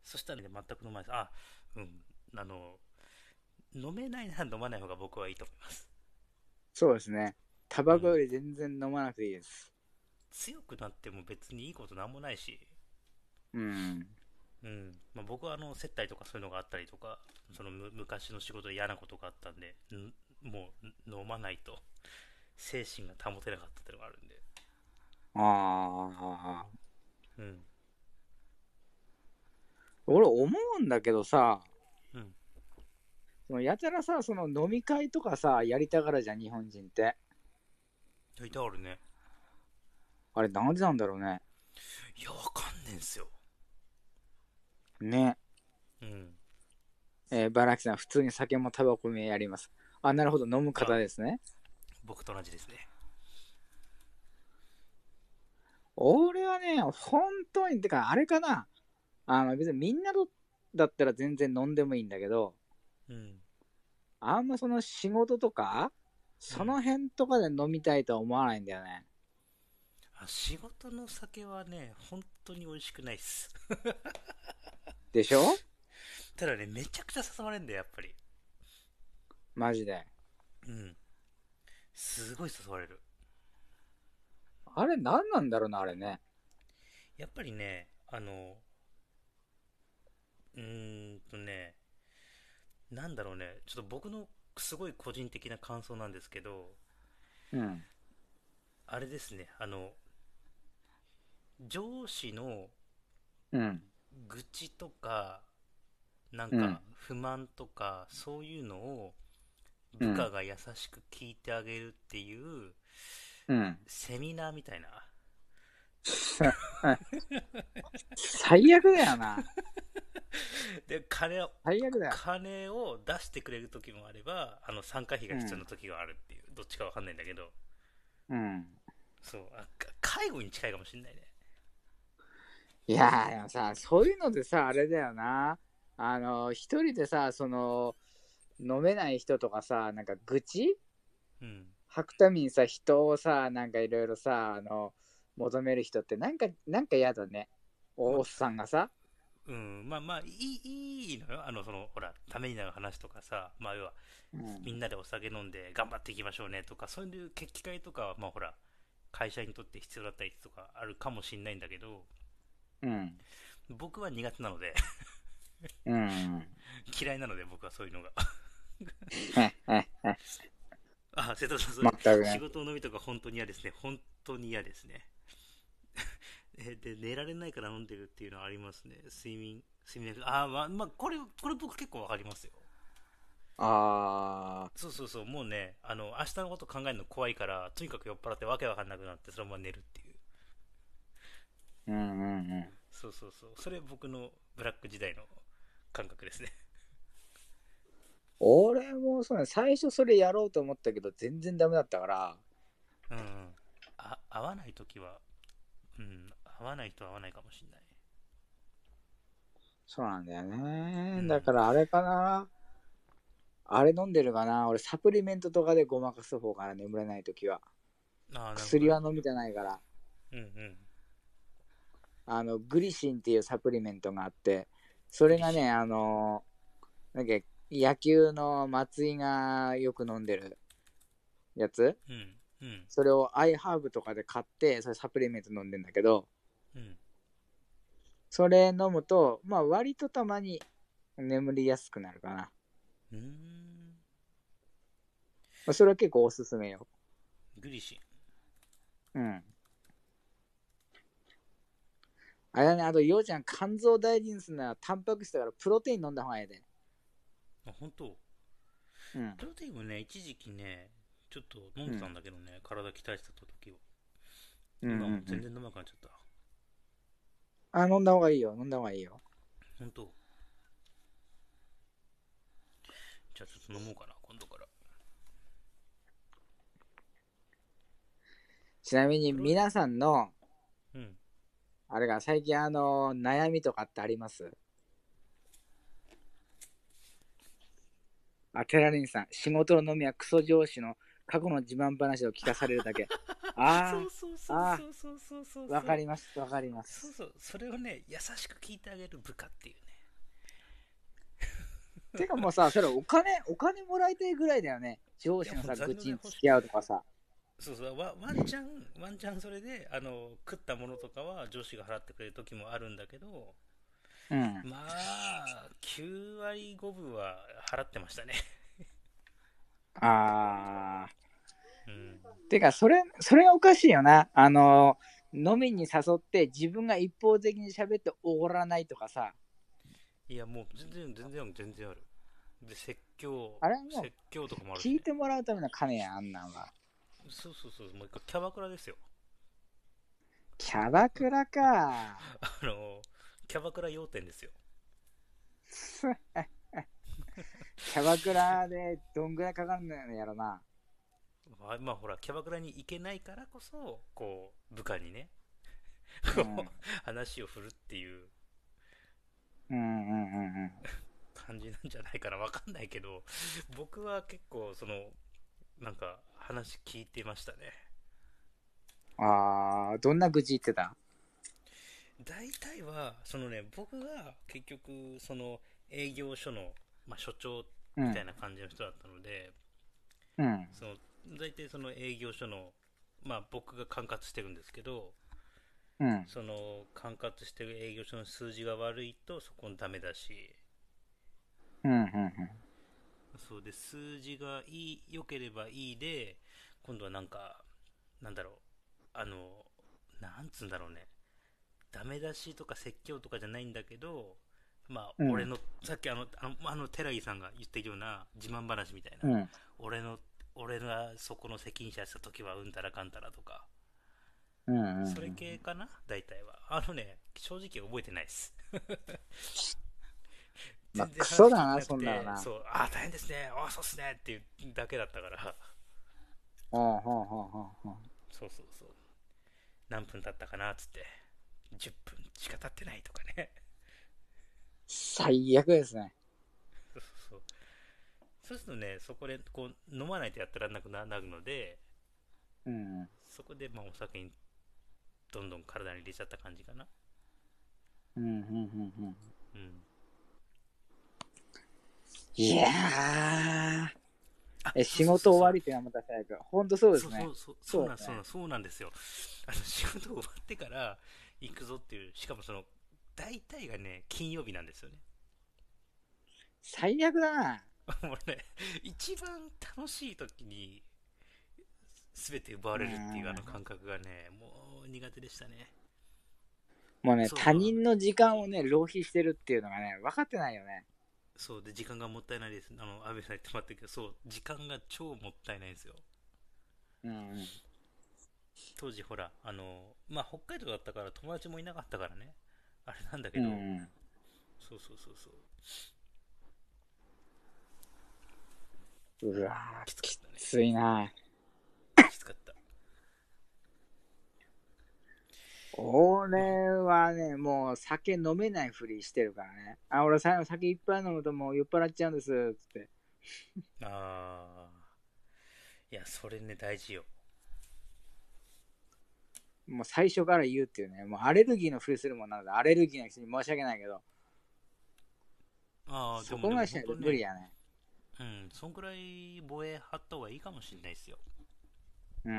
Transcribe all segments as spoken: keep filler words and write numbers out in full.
そしたらね、全く飲まないです。あ、うん、あの、飲めないなら飲まない方が僕はいいと思います。 そうですね。タうん。 バコより全然飲まなくていいです。 強くなっても別にいいことなんもないし、 うん。 うん。まあ、僕はあの、接待とかそういうのがあったりとか、そのむ昔の仕事で嫌なことがあったんで、んもう飲まないと精神が保てなかったっていうのがあるんで。 ああ。 うん。 俺思うんだけどさ、 うん。 そのやたらさ、その飲み会とかさ、やりたがるじゃん、日本人って。 やりたがるね。 あれ、なんでなんだろうね。 いや、わかんねえんすよ。 ね。 うん。 えー、バラキさん、普通に酒もタバコもやります。あ、なるほど、飲む方あ、 ですね。 僕と同じですね。 俺はね、本当に、てか、あれかな。あの、別にみんなとだったら全然飲んでもいいんだけど、 うん。 あんまその仕事とか、そうん。 の辺とかで飲みたいとは思わないんだよね。 あ、仕事の酒はね、本当に美味しくないっす。 でしょ？ ただね、めちゃくちゃ誘われんだよ、やっぱり。 マジで。 うん。すごい誘われる。 あれ、何なんだろうな、あれね。 やっぱりね、あの、うーんとね、なんだろうね、ちょっと僕のすごい個人的な感想なんですけど、 うん。 あれですね、あの、上司のうん。 愚痴とか、なんうん。 か不満とか、そういうのを部下うん。 が優しく聞いてあげるっていううん。 セミナーみたいな。 最悪だよな。 で、金を、 最悪だよ。 金を出してくれる時もあれば、あの、参加費が必要なうん。 時があるっていう、どっちかわかんないんだけど、 うん。 そう、あ、介護に近いかもしんないね。 いやー、でもさ、そういうのでさ、あれだよな。あの、一人でさ、その、飲めない人とかさ、なんか愚痴うん。 吐くためにさ、人をさ、なんかいろいろさ、あの、求める人ってなんか、なんか嫌だね。おま、 おっさんがさ。 うん、まあまあ、いい、いいのよ。あの、その、ほら、ためになる話とかさ、まあ、要は、 うん。 みんなでお酒飲んで頑張っていきましょうねとか、そういう決起会とかは、まあほら、会社にとって必要だったりとかあるかもしんないんだけど、 うん。 僕は苦手なのでうん。 嫌いなので僕はそういうのがへへへ。 あ、瀬戸さん、それ、 全くね。 仕事の飲みとか本当に嫌ですね。本当に嫌ですね。え、で、寝られないから飲んでるっていうのはありますね。睡眠、睡眠薬。あ、まあ、まあ、これ、これ僕結構わかりますよ。 あそうそうそう、もうね、あの、明日のこと考えるの怖いから、とにかく酔っ払ってわけわかんなくなって、そのまま寝るっていう。 ー。うんうんうん。 そうそうそう。それ僕のブラック時代の感覚ですね。 俺もそうね、最初それやろうと思ったけど、全然ダメだったから、 うん、うん。あ、合わないときは、うん、合わないと合わないかもしんない。 そうなんだよね。だうん。 からあれかな。あれ飲んでるかな。俺サプリメントとかでごまかす方かな、眠れないときは。 ああ、なるほどね。 薬は飲みたないから。 うんうん。 あの、グリシンっていうサプリメントがあって、そグリシン。 れがね、あの、なんか野球の松井がよく飲んでるやつ、 うん、うん、 それをアイハーブとかで買って、それサプリメント飲んでんだけど、 うん。 それ飲むと、まあ割とたまに眠りやすくなるかな。 うーん。 まあ、それは結構おすすめよ。 グリシン。 うん。あれだね、あと、ようちゃん、肝臓大事にするなら、タンパク質だからプロテイン飲んだ方がいいで。 あ、本当。 うん。 プロテインもね、一時期ね、ちょっと飲んでたうん。 んだけどね、体鍛えてた時は。 うんうんう今はもう全ん。 然飲まなくなっちゃった。 あ、飲んだ方がいいよ。飲んだ方がいいよ。 本当。じゃあちょっと飲もうかな、今度から。 ちなみに、 プロ、 皆さんの、 うん。 あれが、最近、あの、悩みとかってあります？あ、テラリンさん、仕事の飲みはクソ上司の過去の自慢話を聞かされるだけ。あそうそうあ、 そうああ、 そうそうそうそうわそう。 かります、わかります。 そうそう。それをね、優しく聞いてあげる部下っていうね。 てかもうさ、それお金、お金もらいたいぐらいだよね。上司のさ、 いやもう残愚痴に業代欲しい。 付き合うとかさ。 そうそうワ、ワンチャン、ワンチャンそれで、あの、食ったものとかは上司が払ってくれる時もあるんだけど、 うん。 まあ、きゅう割ごぶは払ってましたね。 あうん。 ー。てか、それ、それがおかしいよな。あの、飲みに誘って自分が一方的に喋っておごらないとかさ。 いや、もう全然、全然ある、全然ある。で、説教、 あれはもう説教とかもあるしね。 聞いてもらうための金や、あんなんは。 そうそうそう、もう一回キャバクラですよ。 キャバクラか。 あの、キャバクラ要点ですよ。 キャバクラでどんぐらいかかんのやろな。 まあ、まあ、ほら、キャバクラに行けないからこそ、こう、部下にね、こう、 うん。 話を振るっていううんうんうんうん。 感じなんじゃないかな。わかんないけど、僕は結構、その、なんか、話聞いてましたね。 あー、どんな愚痴言ってた？ 大体は、そのね、僕が結局、その、営業所の、まあ、所長うん。 みたいな感じの人だったので、 うん。 その、大体その営業所の、まあ、僕が管轄してるんですけど、 うん。 その管轄してる営業所の数字が悪いとそこにダメだし、 うん。うん。 そうで数字がいい良ければいいで、今度はなんかなんだろう、あのなんつうんだろうね、ダメ出しとか説教とかじゃないんだけど、まあうん。 俺のさっきあのあのあの寺木さんが言ってるような自慢話みたいな、 うん。 俺の俺がそこの責任者やった時はうんたらかんたらとか、 うん。うん。 それ系かな大体は。あのね、正直覚えてないですまあ、 全然クソだな、 話聞いてなくそんなのな。 て、そう、ああ、大変ですね、ああ、そうっすねっていうだけだったから、 ほうほうほうほうほう。 そうそうそう、何分経ったかなっつって、じゅっぷんしか経ってないとかね。 最悪ですね。 そうそうそう。そうするとね、そこでこう飲まないとやってらんなくなるので、 うん。 そこでまあお酒にどんどん体に入れちゃった感じかな。 うん。うん。うん。うん。 うん。 いやー。 あ、 え、 そう仕事終そうそうそう。 わりっていうのはまた最悪。ほんとそうですね。 そうそうそう、そうなんそうなんそうですね。 そうなんですよ。あの仕事終わってから行くぞっていう、しかもその、大体がね、金曜日なんですよね。 最悪だな。 もうね、一番楽しい時に全て奪わうれるっていうあのん。 感覚がね、もう苦手でしたね。 もうね、 そう、 他人の時間をね、浪費してるっていうのがね、分かってないよね。 そうで、時間がもったいないです。あの、安部さん言ってもらったけど、そう、時間が超もったいないんですよ。 うん。 当時ほら、あの、まあ、北海道だったから友達もいなかったからね、あれなんだけうど、 ん。 そうそうそうそう、 うわきつー、きかったね。 ついな。 きつかった。まあ、 俺はね、もう酒飲めないふりしてるからね。あ、俺最後酒いっぱい飲むともう酔っ払っちゃうんです、つって。 あー、いや、それね、大事よ。 もう最初から言うっていうね。もうアレルギーのふりするもんなので、アレルギーの人に申し訳ないけど、 あー、でそもでもこまでしないと本当ね、 無理やね。 うん、そんくらい防衛張った方がいいかもしれないですよ。 うん。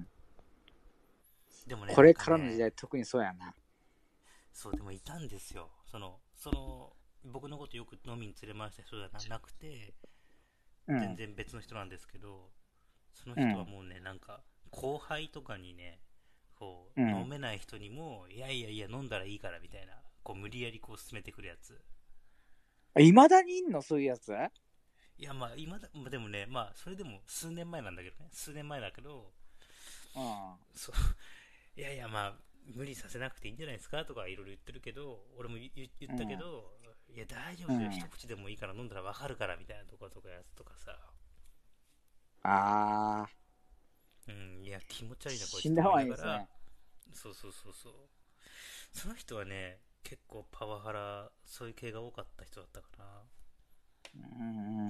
でもね、なんこれからの時かね、 代特にそうやな。 そう、でもいたんですよ。その、その、僕のことよく飲みに連れ回した人じゃなくて、 うん。 全然別の人なんですけど、そのうん。 人はもうね、なんか、後輩とかにね、こう、飲うん。 めない人にも、いやいやいや、飲んだらいいからみたいな、こう、無理やりこう進めてくるやつ。 いまだにいんのそういうやつ？ いや、まあ、今だ、まあ、でもね、まあ、それでも数年前なんだけどね、数年前だけど、 うん。 そう、いやいや、まあ、無理させなくていいんじゃないですかとかいろいろ言ってるけど、俺も言言ったけうん。 ど、いや、大丈夫ですよ、 うん。 一口でもいいから飲んだらわかるからみたいなとことかやつとかさ、 あー。 うん、いや、気持ち悪いな、こい死んだ方つと思いながら、 がいいですね。 そうそうそうそう。その人はね、結構パワハラ、そういう系が多かった人だったかな。 うん。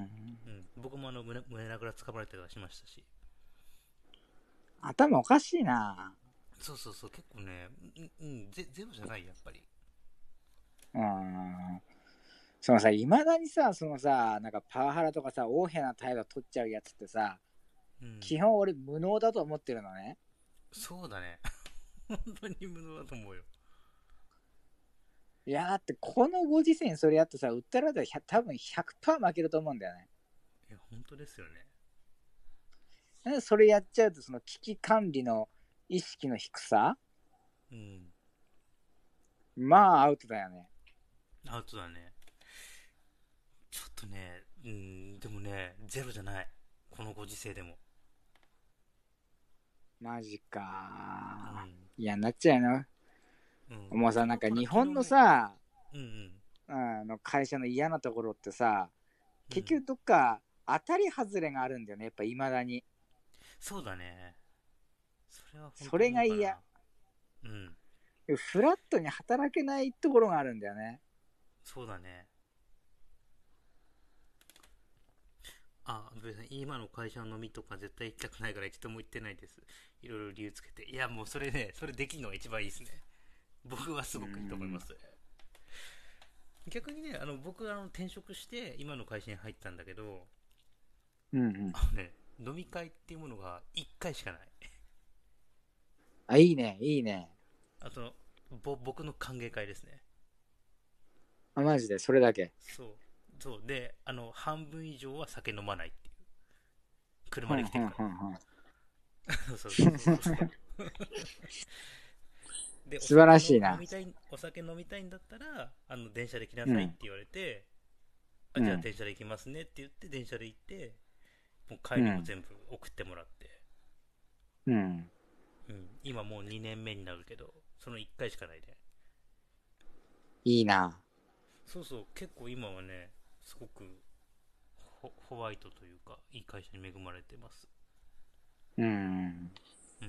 うん、僕もあの胸胸ぐらつかまれたりはしましたし。 頭おかしいな。 そうそうそう、結構ね、うん、うん、ゼゼロじゃない、やっぱり。 うん。 そのさ、いまだにさ、そのさ、なんかパワハラとかさ、横柄な態度取っちゃうやつってさ、 うん。 基本俺無能だと思ってるのね。 そうだね。本当に無能だと思うよ。 いやだってこのご時世にそれやってさ、訴えられたらひゃ多分ひゃくパーセント負けると思うんだよね。 いや、本当ですよね。 なんでそれやっちゃうと、その危機管理の意識の低さ、 うん。 まあアウトだよね。 アウトだね。ちょっとね、うん、でもね、ゼロじゃない。このご時世でも。 マジか。 うん。 嫌になっちゃうようん。 な。もうさ、なん僕はほら、 か日本の昨日も、 さ、 うんうん。 あの会社の嫌なところってさ、 うん。 結局どっか当たり外れがあるんだよね、やっぱいまだに。 そうだね。それは本そ当思うかな。 れが嫌。 うん。 フラットに働けないところがあるんだよね。 そうだね。あ、別に今の会社の飲みとか絶対行きたくないから一度も行ってないです。いろいろ理由つけて。いや、もうそれね、それできるのが一番いいですね。僕はすうごくいいと思いまん。 す。逆にね、あの、僕あの転職して今の会社に入ったんだけど、 うんうん。 あのね、飲み会っていうものがいっかいしかない。 あ、いいね、いいね。 あと、ぼ僕の歓迎会ですね。 あ、マジで、それだけ。 そう。そう。で、あの、半分以上は酒飲まないっていう。車ふんふで来てるから。 んふんふん。 そうそうそうそうそう。で、お素晴ら酒のしいな。 飲みたい、お酒飲みたいんだったら、あの、電車で来なうん。 さいって言われて、あ、じゃあうん。 電車で行きますねって言って、電車で行って、もう帰りもうん。 全部送ってもらって、 うん。 うん、今もうにねんめになるけど、そのいっかいしかないで。 いいな。 そうそう、結構今はね、すごくホホワイトというか、いい会社に恵まれてます。 うん。 うん。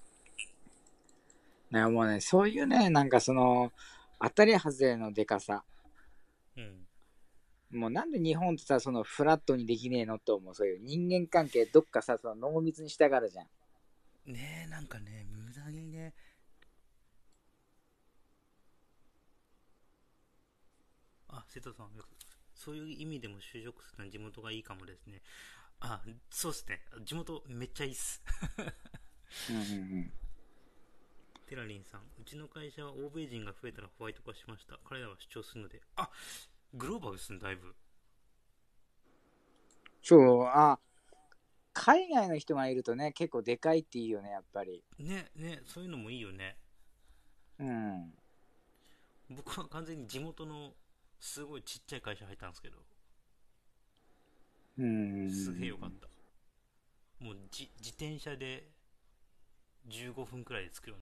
ね、もうね、そういうね、なんかその、当たり外れのでかさ。 うん。 もうなんで日本ってさ、そのフラットにできねえのって思う。そういう人間関係、どっかさ、その濃密にしたがるじゃん。 ねえ、なんかね、無駄にね、あ、瀬戸さん、そういう意味でも就職するのは地元がいいかもですね。あ、そうっすね。地元めっちゃいいっす。 うんうんテラリンさん、うちの会社は欧米人が増えたらホワイト化しました。彼らは主張するので、あ、グローバルですね、だいぶ。 そう、あ、海外の人がいるとね、結構でかいっていいよね、やっぱり。 ね、ね、そういうのもいいよね。 うん。 僕は完全に地元のすごいちっちゃい会社入ったんですけど、 うすげえよかっん。 た。もうじ自転車でじゅうごふんくらいで着くよ